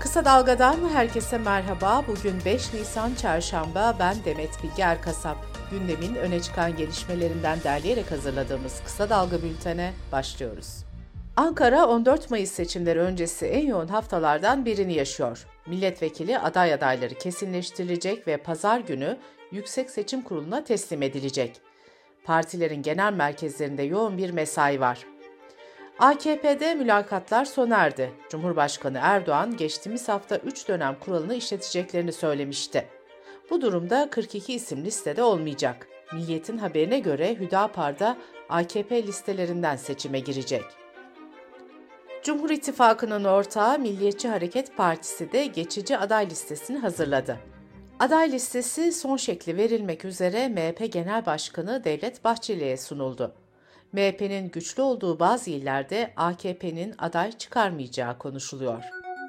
Kısa Dalga'dan herkese merhaba. Bugün 5 Nisan Çarşamba. Ben Demet Bilge Erkasap. Gündemin öne çıkan gelişmelerinden derleyerek hazırladığımız Kısa Dalga bültene başlıyoruz. Ankara 14 Mayıs seçimleri öncesi en yoğun haftalardan birini yaşıyor. Milletvekili adayları kesinleştirilecek ve pazar günü Yüksek Seçim Kurulu'na teslim edilecek. Partilerin genel merkezlerinde yoğun bir mesai var. AKP'de mülakatlar sona erdi. Cumhurbaşkanı Erdoğan geçtiğimiz hafta 3 dönem kuralını işleteceklerini söylemişti. Bu durumda 42 isim listede olmayacak. Milliyet'in haberine göre Hüdapar'da AKP listelerinden seçime girecek. Cumhur İttifakı'nın ortağı Milliyetçi Hareket Partisi de geçici aday listesini hazırladı. Aday listesi son şekli verilmek üzere MHP Genel Başkanı Devlet Bahçeli'ye sunuldu. MHP'nin güçlü olduğu bazı illerde AKP'nin aday çıkarmayacağı konuşuluyor.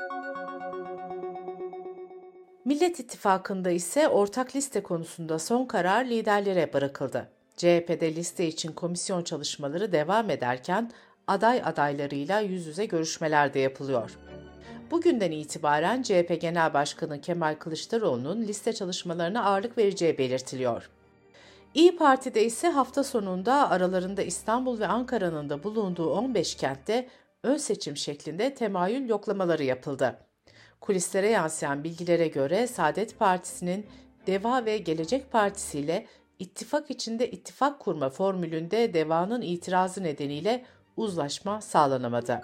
Millet İttifakı'nda ise ortak liste konusunda son karar liderlere bırakıldı. CHP'de liste için komisyon çalışmaları devam ederken adaylarıyla yüz yüze görüşmeler de yapılıyor. Bugünden itibaren CHP Genel Başkanı Kemal Kılıçdaroğlu'nun liste çalışmalarına ağırlık vereceği belirtiliyor. İYİ Parti'de ise hafta sonunda aralarında İstanbul ve Ankara'nın da bulunduğu 15 kentte ön seçim şeklinde temayül yoklamaları yapıldı. Kulislere yansıyan bilgilere göre Saadet Partisi'nin DEVA ve Gelecek Partisi ile ittifak içinde ittifak kurma formülünde DEVA'nın itirazı nedeniyle uzlaşma sağlanamadı.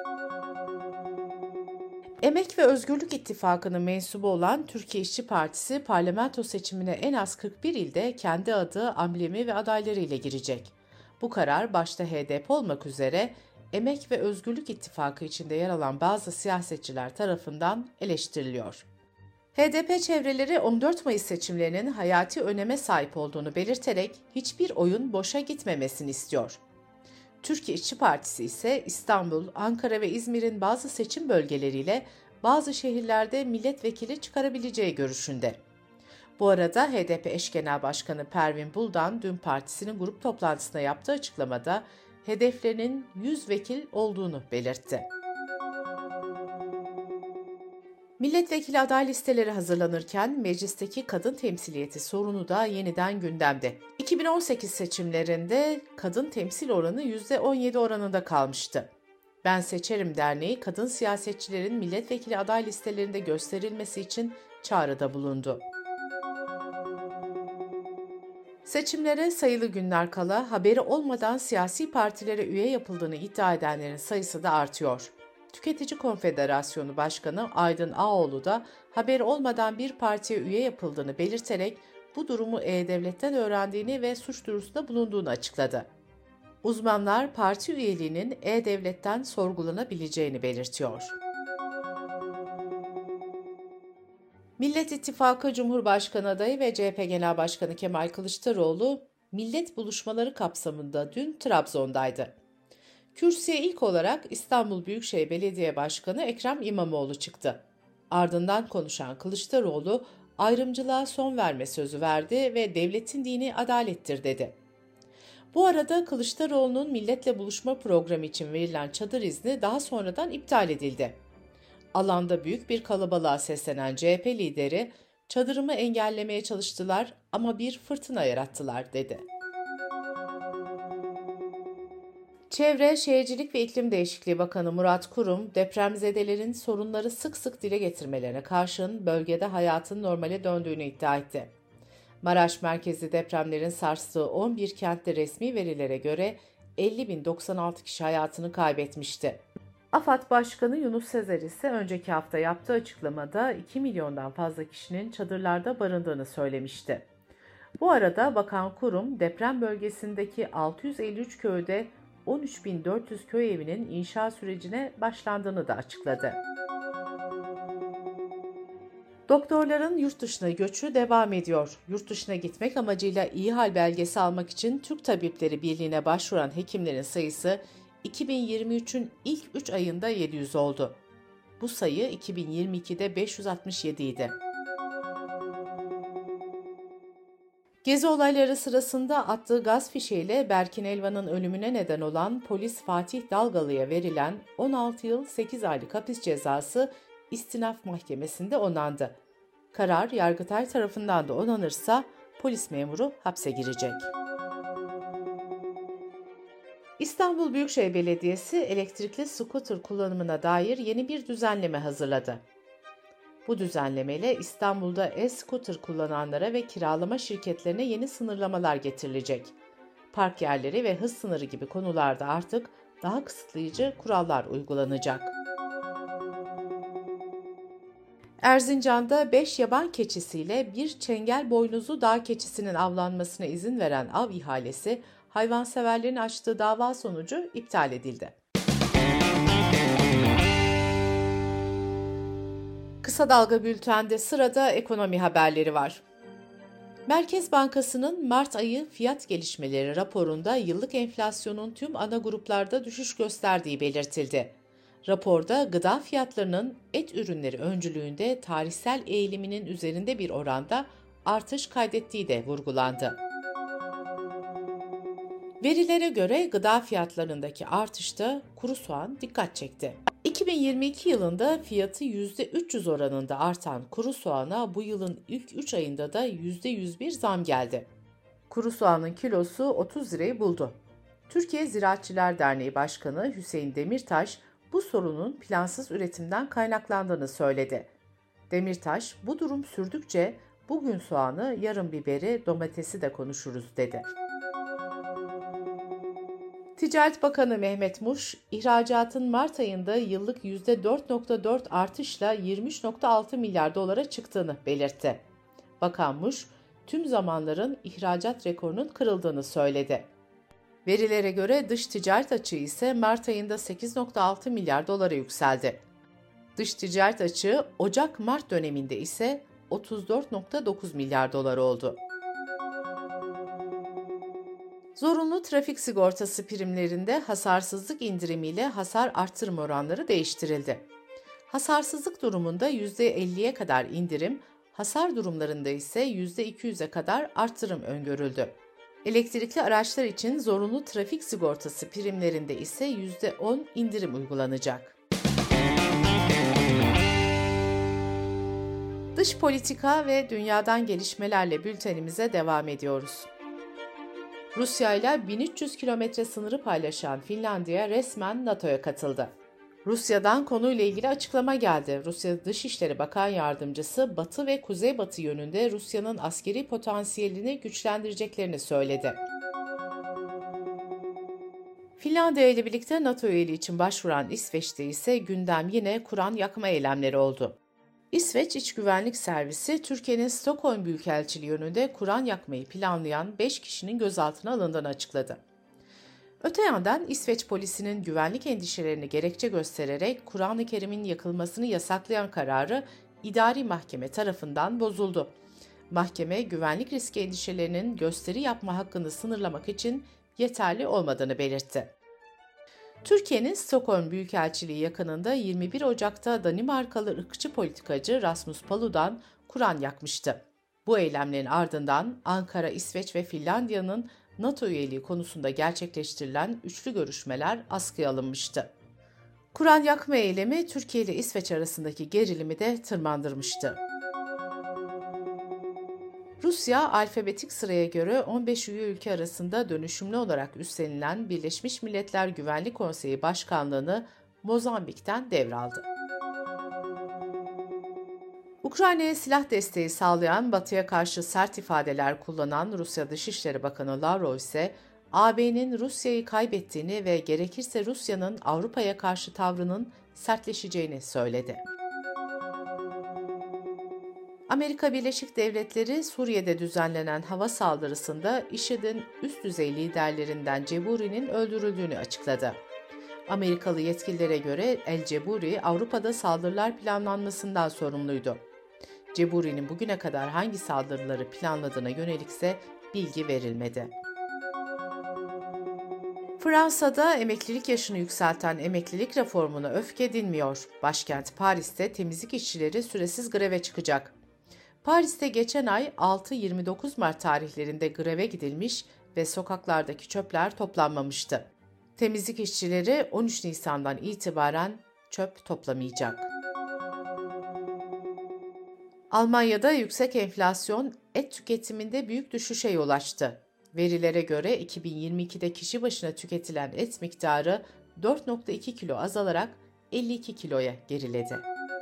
Emek ve Özgürlük İttifakı'nın mensubu olan Türkiye İşçi Partisi parlamento seçimine en az 41 ilde kendi adı, amblemi ve adaylarıyla girecek. Bu karar başta HDP olmak üzere Emek ve Özgürlük İttifakı içinde yer alan bazı siyasetçiler tarafından eleştiriliyor. HDP çevreleri 14 Mayıs seçimlerinin hayati öneme sahip olduğunu belirterek hiçbir oyun boşa gitmemesini istiyor. Türkiye İşçi Partisi ise İstanbul, Ankara ve İzmir'in bazı seçim bölgeleriyle bazı şehirlerde milletvekili çıkarabileceği görüşünde. Bu arada HDP eş genel başkanı Pervin Buldan dün partisinin grup toplantısında yaptığı açıklamada hedeflerinin 100 vekil olduğunu belirtti. Milletvekili aday listeleri hazırlanırken meclisteki kadın temsiliyeti sorunu da yeniden gündemde. 2018 seçimlerinde kadın temsil oranı %17 oranında kalmıştı. Ben Seçerim Derneği kadın siyasetçilerin milletvekili aday listelerinde gösterilmesi için çağrıda bulundu. Seçimlere sayılı günler kala haberi olmadan siyasi partilere üye yapıldığını iddia edenlerin sayısı da artıyor. Tüketici Konfederasyonu Başkanı Aydın Ağoğlu da haberi olmadan bir partiye üye yapıldığını belirterek bu durumu E-Devlet'ten öğrendiğini ve suç duyurusunda bulunduğunu açıkladı. Uzmanlar parti üyeliğinin E-Devlet'ten sorgulanabileceğini belirtiyor. Millet İttifakı Cumhurbaşkanı adayı ve CHP Genel Başkanı Kemal Kılıçdaroğlu millet buluşmaları kapsamında dün Trabzon'daydı. Kürsüye ilk olarak İstanbul Büyükşehir Belediye Başkanı Ekrem İmamoğlu çıktı. Ardından konuşan Kılıçdaroğlu, ayrımcılığa son verme sözü verdi ve devletin dini adalettir dedi. Bu arada Kılıçdaroğlu'nun milletle buluşma programı için verilen çadır izni daha sonradan iptal edildi. Alanda büyük bir kalabalığa seslenen CHP lideri, çadırımı engellemeye çalıştılar ama bir fırtına yarattılar dedi. Çevre, Şehircilik ve İklim Değişikliği Bakanı Murat Kurum, depremzedelerin sorunları sık sık dile getirmelerine karşın bölgede hayatın normale döndüğünü iddia etti. Maraş merkezli depremlerin sarstığı 11 kentte resmi verilere göre 50.096 kişi hayatını kaybetmişti. AFAD Başkanı Yunus Sezer ise önceki hafta yaptığı açıklamada 2 milyondan fazla kişinin çadırlarda barındığını söylemişti. Bu arada Bakan Kurum, deprem bölgesindeki 653 köyde 13.400 köy evinin inşa sürecine başlandığını da açıkladı. Doktorların yurt dışına göçü devam ediyor. Yurt dışına gitmek amacıyla iyi hal belgesi almak için Türk Tabipleri Birliği'ne başvuran hekimlerin sayısı 2023'ün ilk 3 ayında 700 oldu. Bu sayı 2022'de 567 idi. Gezi olayları sırasında attığı gaz fişeğiyle Berkin Elvan'ın ölümüne neden olan polis Fatih Dalgalı'ya verilen 16 yıl 8 aylık hapis cezası İstinaf Mahkemesi'nde onandı. Karar Yargıtay tarafından da onanırsa polis memuru hapse girecek. İstanbul Büyükşehir Belediyesi elektrikli scooter kullanımına dair yeni bir düzenleme hazırladı. Bu düzenlemeyle İstanbul'da e-scooter kullananlara ve kiralama şirketlerine yeni sınırlamalar getirilecek. Park yerleri ve hız sınırı gibi konularda artık daha kısıtlayıcı kurallar uygulanacak. Erzincan'da 5 yaban keçisiyle bir çengel boynuzlu dağ keçisinin avlanmasına izin veren av ihalesi, hayvanseverlerin açtığı dava sonucu iptal edildi. Kısa Dalga Bülten'de sırada ekonomi haberleri var. Merkez Bankası'nın Mart ayı fiyat gelişmeleri raporunda yıllık enflasyonun tüm ana gruplarda düşüş gösterdiği belirtildi. Raporda gıda fiyatlarının et ürünleri öncülüğünde tarihsel eğiliminin üzerinde bir oranda artış kaydettiği de vurgulandı. Verilere göre gıda fiyatlarındaki artışta kuru soğan dikkat çekti. 2022 yılında fiyatı %300 oranında artan kuru soğana bu yılın ilk 3 ayında da %101 zam geldi. Kuru soğanın kilosu 30 lirayı buldu. Türkiye Ziraatçılar Derneği Başkanı Hüseyin Demirtaş, bu sorunun plansız üretimden kaynaklandığını söyledi. Demirtaş, bu durum sürdükçe bugün soğanı, yarın biberi, domatesi de konuşuruz dedi. Ticaret Bakanı Mehmet Muş, ihracatın Mart ayında yıllık %4.4 artışla 23.6 milyar dolara çıktığını belirtti. Bakan Muş, tüm zamanların ihracat rekorunun kırıldığını söyledi. Verilere göre dış ticaret açığı ise Mart ayında 8.6 milyar dolara yükseldi. Dış ticaret açığı Ocak-Mart döneminde ise 34.9 milyar dolar oldu. Zorunlu trafik sigortası primlerinde hasarsızlık indirimiyle hasar artırım oranları değiştirildi. Hasarsızlık durumunda %50'ye kadar indirim, hasar durumlarında ise %200'e kadar artırım öngörüldü. Elektrikli araçlar için zorunlu trafik sigortası primlerinde ise %10 indirim uygulanacak. Dış politika ve dünyadan gelişmelerle bültenimize devam ediyoruz. Rusya ile 1300 kilometre sınırı paylaşan Finlandiya resmen NATO'ya katıldı. Rusya'dan konuyla ilgili açıklama geldi. Rusya Dışişleri Bakan Yardımcısı batı ve kuzeybatı yönünde Rusya'nın askeri potansiyelini güçlendireceklerini söyledi. Finlandiya ile birlikte NATO üyeliği için başvuran İsveç'te ise gündem yine Kur'an yakma eylemleri oldu. İsveç İç Güvenlik Servisi, Türkiye'nin Stockholm Büyükelçiliği yönünde Kur'an yakmayı planlayan 5 kişinin gözaltına alındığını açıkladı. Öte yandan İsveç polisinin güvenlik endişelerini gerekçe göstererek Kur'an-ı Kerim'in yakılmasını yasaklayan kararı idari mahkeme tarafından bozuldu. Mahkeme, güvenlik riski endişelerinin gösteri yapma hakkını sınırlamak için yeterli olmadığını belirtti. Türkiye'nin Stockholm Büyükelçiliği yakınında 21 Ocak'ta Danimarkalı ırkçı politikacı Rasmus Paludan Kur'an yakmıştı. Bu eylemlerin ardından Ankara, İsveç ve Finlandiya'nın NATO üyeliği konusunda gerçekleştirilen üçlü görüşmeler askıya alınmıştı. Kur'an yakma eylemi Türkiye ile İsveç arasındaki gerilimi de tırmandırmıştı. Rusya, alfabetik sıraya göre 15 üye ülke arasında dönüşümlü olarak üstlenilen Birleşmiş Milletler Güvenlik Konseyi Başkanlığı'nı Mozambik'ten devraldı. Ukrayna'ya silah desteği sağlayan, Batı'ya karşı sert ifadeler kullanan Rusya Dışişleri Bakanı Lavrov ise, AB'nin Rusya'yı kaybettiğini ve gerekirse Rusya'nın Avrupa'ya karşı tavrının sertleşeceğini söyledi. Amerika Birleşik Devletleri, Suriye'de düzenlenen hava saldırısında IŞİD'in üst düzey liderlerinden Ceburi'nin öldürüldüğünü açıkladı. Amerikalı yetkililere göre El-Ceburi, Avrupa'da saldırılar planlanmasından sorumluydu. Ceburi'nin bugüne kadar hangi saldırıları planladığına yönelikse bilgi verilmedi. Fransa'da emeklilik yaşını yükselten emeklilik reformuna öfke dinmiyor. Başkent Paris'te temizlik işçileri süresiz greve çıkacak. Paris'te geçen ay 6-29 Mart tarihlerinde greve gidilmiş ve sokaklardaki çöpler toplanmamıştı. Temizlik işçileri 13 Nisan'dan itibaren çöp toplamayacak. Almanya'da yüksek enflasyon et tüketiminde büyük düşüşe yol açtı. Verilere göre 2022'de kişi başına tüketilen et miktarı 4,2 kilo azalarak 52 kiloya geriledi.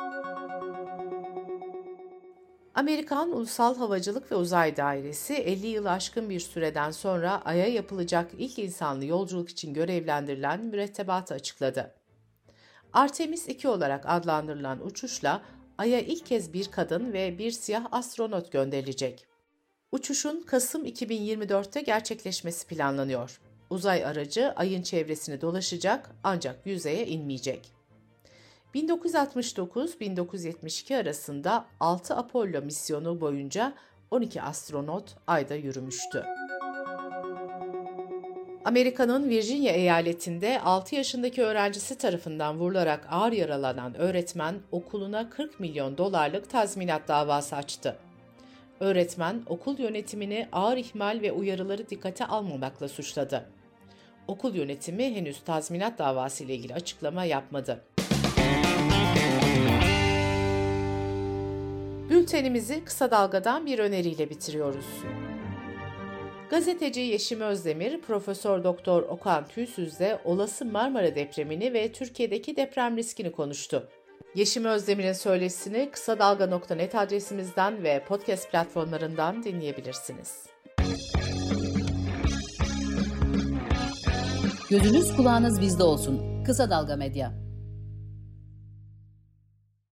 Amerikan Ulusal Havacılık ve Uzay Dairesi 50 yılı aşkın bir süreden sonra Ay'a yapılacak ilk insanlı yolculuk için görevlendirilen mürettebatı açıkladı. Artemis 2 olarak adlandırılan uçuşla Ay'a ilk kez bir kadın ve bir siyah astronot gönderilecek. Uçuşun Kasım 2024'te gerçekleşmesi planlanıyor. Uzay aracı Ay'ın çevresini dolaşacak ancak yüzeye inmeyecek. 1969-1972 arasında 6 Apollo misyonu boyunca 12 astronot Ay'da yürümüştü. Amerika'nın Virginia eyaletinde 6 yaşındaki öğrencisi tarafından vurularak ağır yaralanan öğretmen okuluna 40 milyon dolarlık tazminat davası açtı. Öğretmen okul yönetimini ağır ihmal ve uyarıları dikkate almamakla suçladı. Okul yönetimi henüz tazminat davası ile ilgili açıklama yapmadı. Bültenimizi kısa dalgadan bir öneriyle bitiriyoruz. Gazeteci Yeşim Özdemir, Profesör Doktor Okan Tüysüz'le olası Marmara depremini ve Türkiye'deki deprem riskini konuştu. Yeşim Özdemir'in söyleşisini kısadalga.net adresimizden ve podcast platformlarından dinleyebilirsiniz. Gözünüz kulağınız bizde olsun. Kısa Dalga Medya.